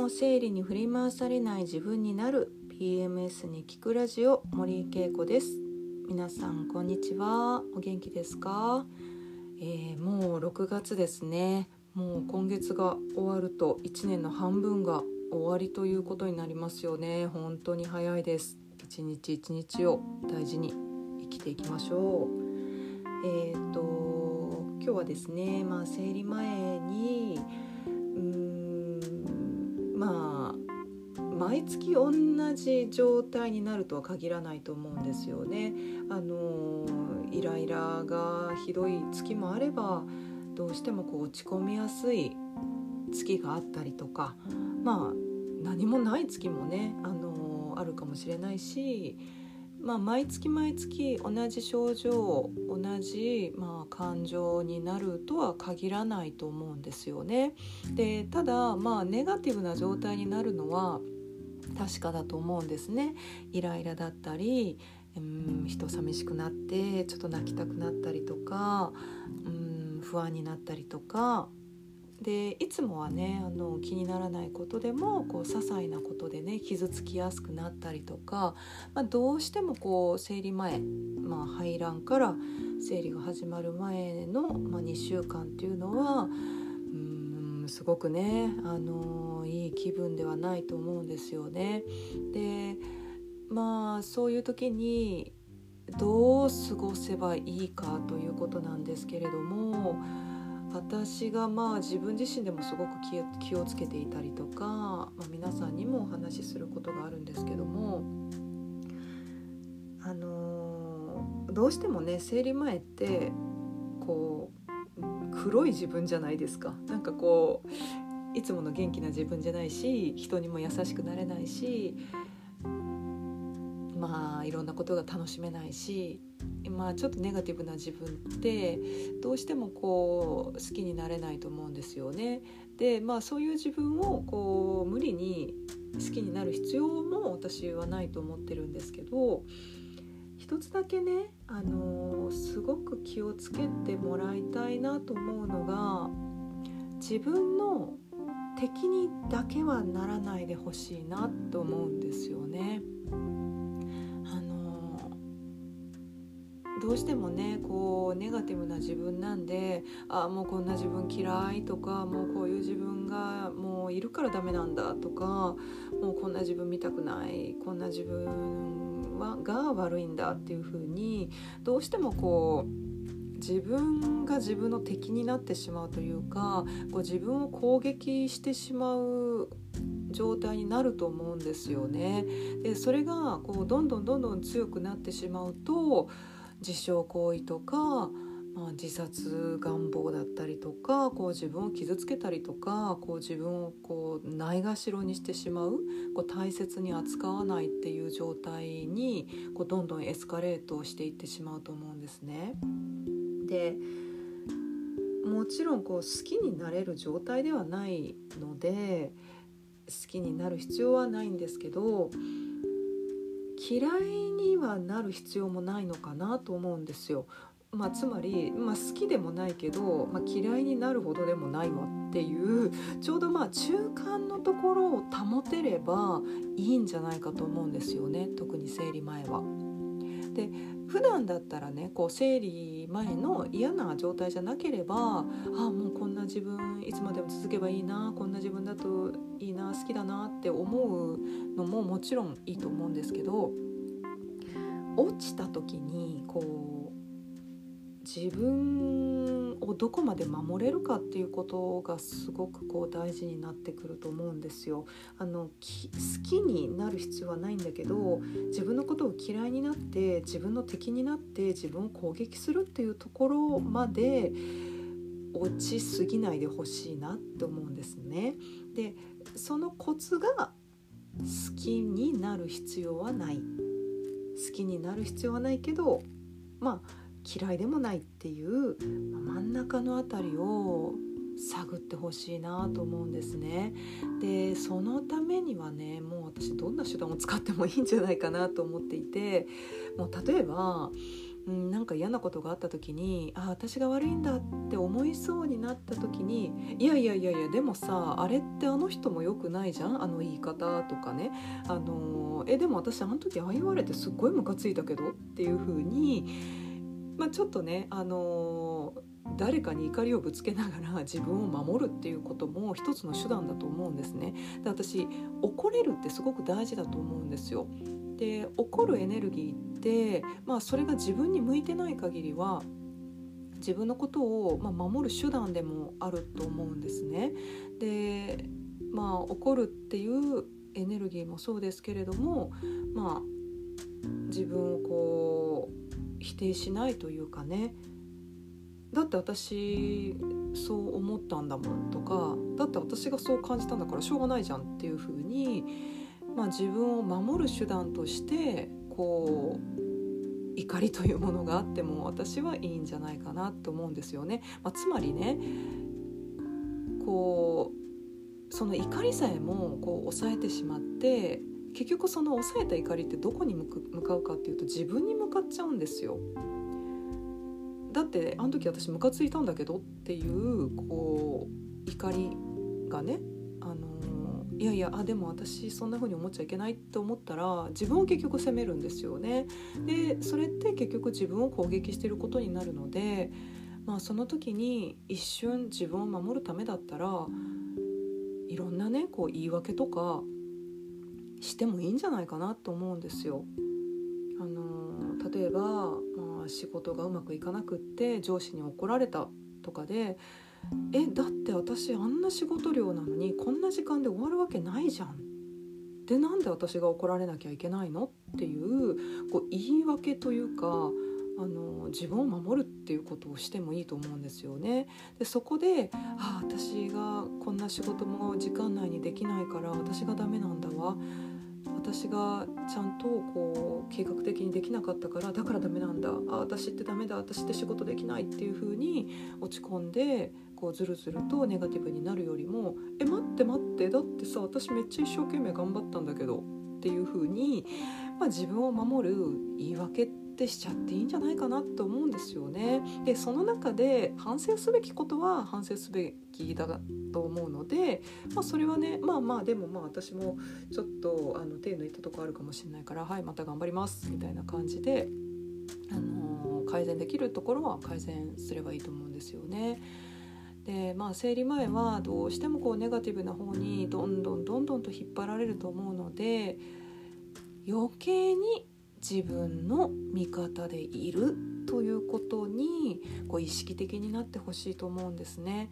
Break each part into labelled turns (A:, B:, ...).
A: も生理に振り回されない自分になる PMS に聞くラジオ、森井恵子です。皆さんこんにちは。お元気ですか？もう6月ですね。もう今月が終わると1年の半分が終わりということになりますよね。本当に早いです。一日一日を大事に生きていきましょう。今日はですね、生理前に毎月同じ状態になるとは限らないと思うんですよね。イライラがひどい月もあれば、どうしても落ち込みやすい月があったりとか、何もない月もね、あるかもしれないし、毎月同じ症状、同じ感情になるとは限らないと思うんですよね。で、ただネガティブな状態になるのは確かだと思うんですね。イライラだったり、人寂しくなってちょっと泣きたくなったりとか、不安になったりとかで、いつもはね気にならないことでも些細なことでね傷つきやすくなったりとか、どうしても生理前、排卵から生理が始まる前の、2週間っていうのはすごくねいい気分ではないと思うんですよね。で、そういう時にどう過ごせばいいかということなんですけれども、私が自分自身でもすごく気をつけていたりとか、皆さんにもお話しすることがあるんですけども、どうしてもね生理前って黒い自分じゃないですか。いつもの元気な自分じゃないし、人にも優しくなれないし、いろんなことが楽しめないし、ちょっとネガティブな自分ってどうしても好きになれないと思うんですよね。で、そういう自分を無理に好きになる必要も私はないと思ってるんですけど、一つだけね、すごく気をつけてもらいたいなと思うのが、自分の敵にだけはならないでほしいなと思うんですよね。どうしてもねネガティブな自分なんで、もうこんな自分嫌いとか、もうこういう自分がもういるからダメなんだとか、もうこんな自分見たくない、こんな自分が悪いんだっていう風にどうしても自分が自分の敵になってしまうというか、自分を攻撃してしまう状態になると思うんですよね。で、それがどんどん強くなってしまうと、自傷行為とか、自殺願望だったりとか、自分を傷つけたりとか、自分をないがしろにしてしまう、大切に扱わないっていう状態にどんどんエスカレートしていってしまうと思うんですね。で、もちろん好きになれる状態ではないので好きになる必要はないんですけど、嫌いにはなる必要もないのかなと思うんですよ。つまり、好きでもないけど、嫌いになるほどでもないわっていう、ちょうど中間のところを保てればいいんじゃないかと思うんですよね。特に生理前は。で、普段だったらね生理前の嫌な状態じゃなければ、もうこんな自分いつまでも続けばいいな、こんな自分だといいな、好きだなって思うのももちろんいいと思うんですけど、落ちた時に自分をどこまで守れるかっていうことがすごく大事になってくると思うんですよ。好きになる必要はないんだけど、自分のことを嫌いになって自分の敵になって自分を攻撃するっていうところまで落ちすぎないでほしいなって思うんですね。で、そのコツが好きになる必要はない、好きになる必要はないけど嫌いでもないっていう真ん中のあたりを探ってほしいなと思うんですね。で、そのためにはね、もう私どんな手段を使ってもいいんじゃないかなと思っていて、もう例えばなんか嫌なことがあった時に私が悪いんだって思いそうになった時にいやでもさあれってあの人も良くないじゃんあの言い方とかねでも私あの時ああ言われてすっごいムカついたけどっていう風に、ちょっとね誰かに怒りをぶつけながら自分を守るっていうことも一つの手段だと思うんですね。で私怒れるってすごく大事だと思うんですよ。で怒るエネルギーって、それが自分に向いてない限りは自分のことを、守る手段でもあると思うんですね。で怒るっていうエネルギーもそうですけれども、自分をこう否定しないというかね、だって私そう思ったんだもんとか、だって私がそう感じたんだからしょうがないじゃんっていう風に、自分を守る手段としてこう怒りというものがあっても私はいいんじゃないかなと思うんですよね。つまりねこうその怒りさえもこう抑えてしまって結局その抑えた怒りってどこに向かうかっていうと自分に向かっちゃうんですよ。だってあの時私ムカついたんだけどっていうこう怒りがねでも私そんな風に思っちゃいけないって思ったら自分を結局責めるんですよね。でそれって結局自分を攻撃していることになるので、その時に一瞬自分を守るためだったらいろんなねこう言い訳とかしてもいいんじゃないかなと思うんですよ。例えば、仕事がうまくいかなくって上司に怒られたとかでだって私あんな仕事量なのにこんな時間で終わるわけないじゃんでなんで私が怒られなきゃいけないのっていう、言い訳というか自分を守るっていうことをしてもいいと思うんですよね。でそこで私がこんな仕事も時間内にできないから私がダメなんだわ、私がちゃんとこう計画的にできなかったからだからダメなんだ、私ってダメだ、私って仕事できないっていう風に落ち込んでこうずるずるとネガティブになるよりも待ってだってさ私めっちゃ一生懸命頑張ったんだけどっていう風に、自分を守る言い訳ってしちゃっていいんじゃないかなと思うんですよね。でその中で反省すべきことは反省すべきだと思うので、それはねでも私もちょっと手抜いたとこあるかもしれないからまた頑張りますみたいな感じで、改善できるところは改善すればいいと思うんですよね。で生理前はどうしてもこうネガティブな方にどんどんと引っ張られると思うので余計に自分の味方でいるということにこう意識的になってほしいと思うんですね。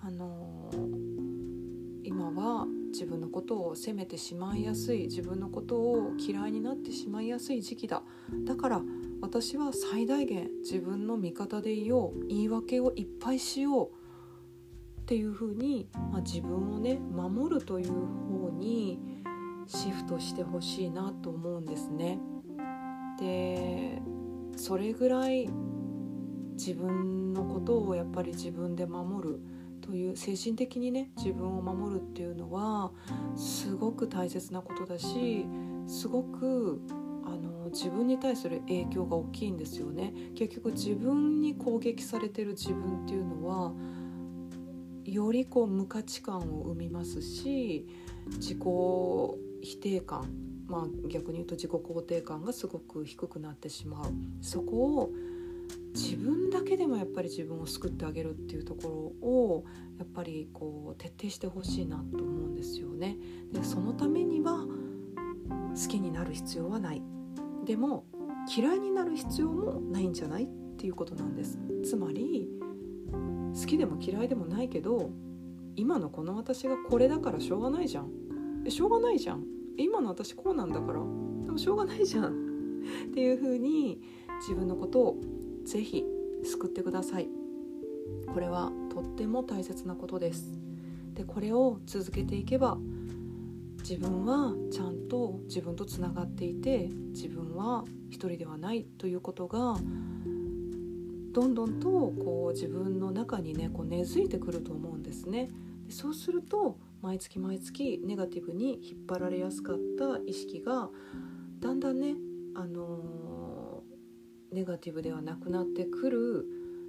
A: 今は自分のことを責めてしまいやすい、自分のことを嫌いになってしまいやすい時期だ。だから私は最大限自分の味方でいよう、言い訳をいっぱいしようっていう風に、自分をね守るという方にシフトしてほしいなと思うんですね。でそれぐらい自分のことをやっぱり自分で守るという精神的にね自分を守るっていうのはすごく大切なことだし、すごく自分に対する影響が大きいんですよね。結局自分に攻撃されてる自分っていうのはよりこう無価値観を生みますし、自己否定感、逆に言うと自己肯定感がすごく低くなってしまう。そこを自分だけでもやっぱり自分を救ってあげるっていうところをやっぱりこう徹底してほしいなと思うんですよね。でそのためには好きになる必要はない、でも嫌いになる必要もないんじゃないっていうことなんです。つまり好きでも嫌いでもないけど今のこの私がこれだからしょうがないじゃん、しょうがないじゃん、今の私こうなんだからでもしょうがないじゃんっていう風に自分のことをぜひ救ってください。これはとっても大切なことです。でこれを続けていけば自分はちゃんと自分とつながっていて自分は一人ではないということがどんどんとこう自分の中にねこう根付いてくると思うんですね。でそうすると毎月ネガティブに引っ張られやすかった意識がだんだんねネガティブではなくなってくる、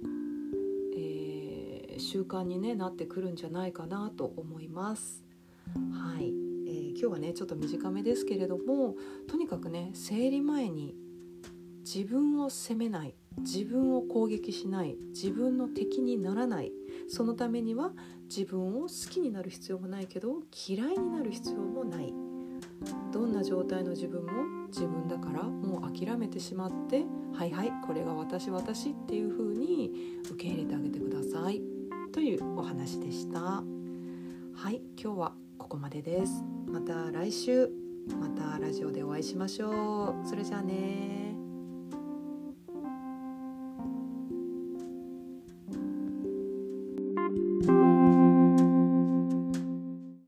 A: 習慣に、なってくるんじゃないかなと思います。はい、今日はねちょっと短めですけれども、とにかくね生理前に自分を責めない、自分を攻撃しない、自分の敵にならない、そのためには自分を好きになる必要もないけど嫌いになる必要もない。どんな状態の自分も自分だからもう諦めてしまって、はいはいこれが私っていう風に受け入れてあげてくださいというお話でした。はい、今日はここまでです。また来週またラジオでお会いしましょう。それじゃあね。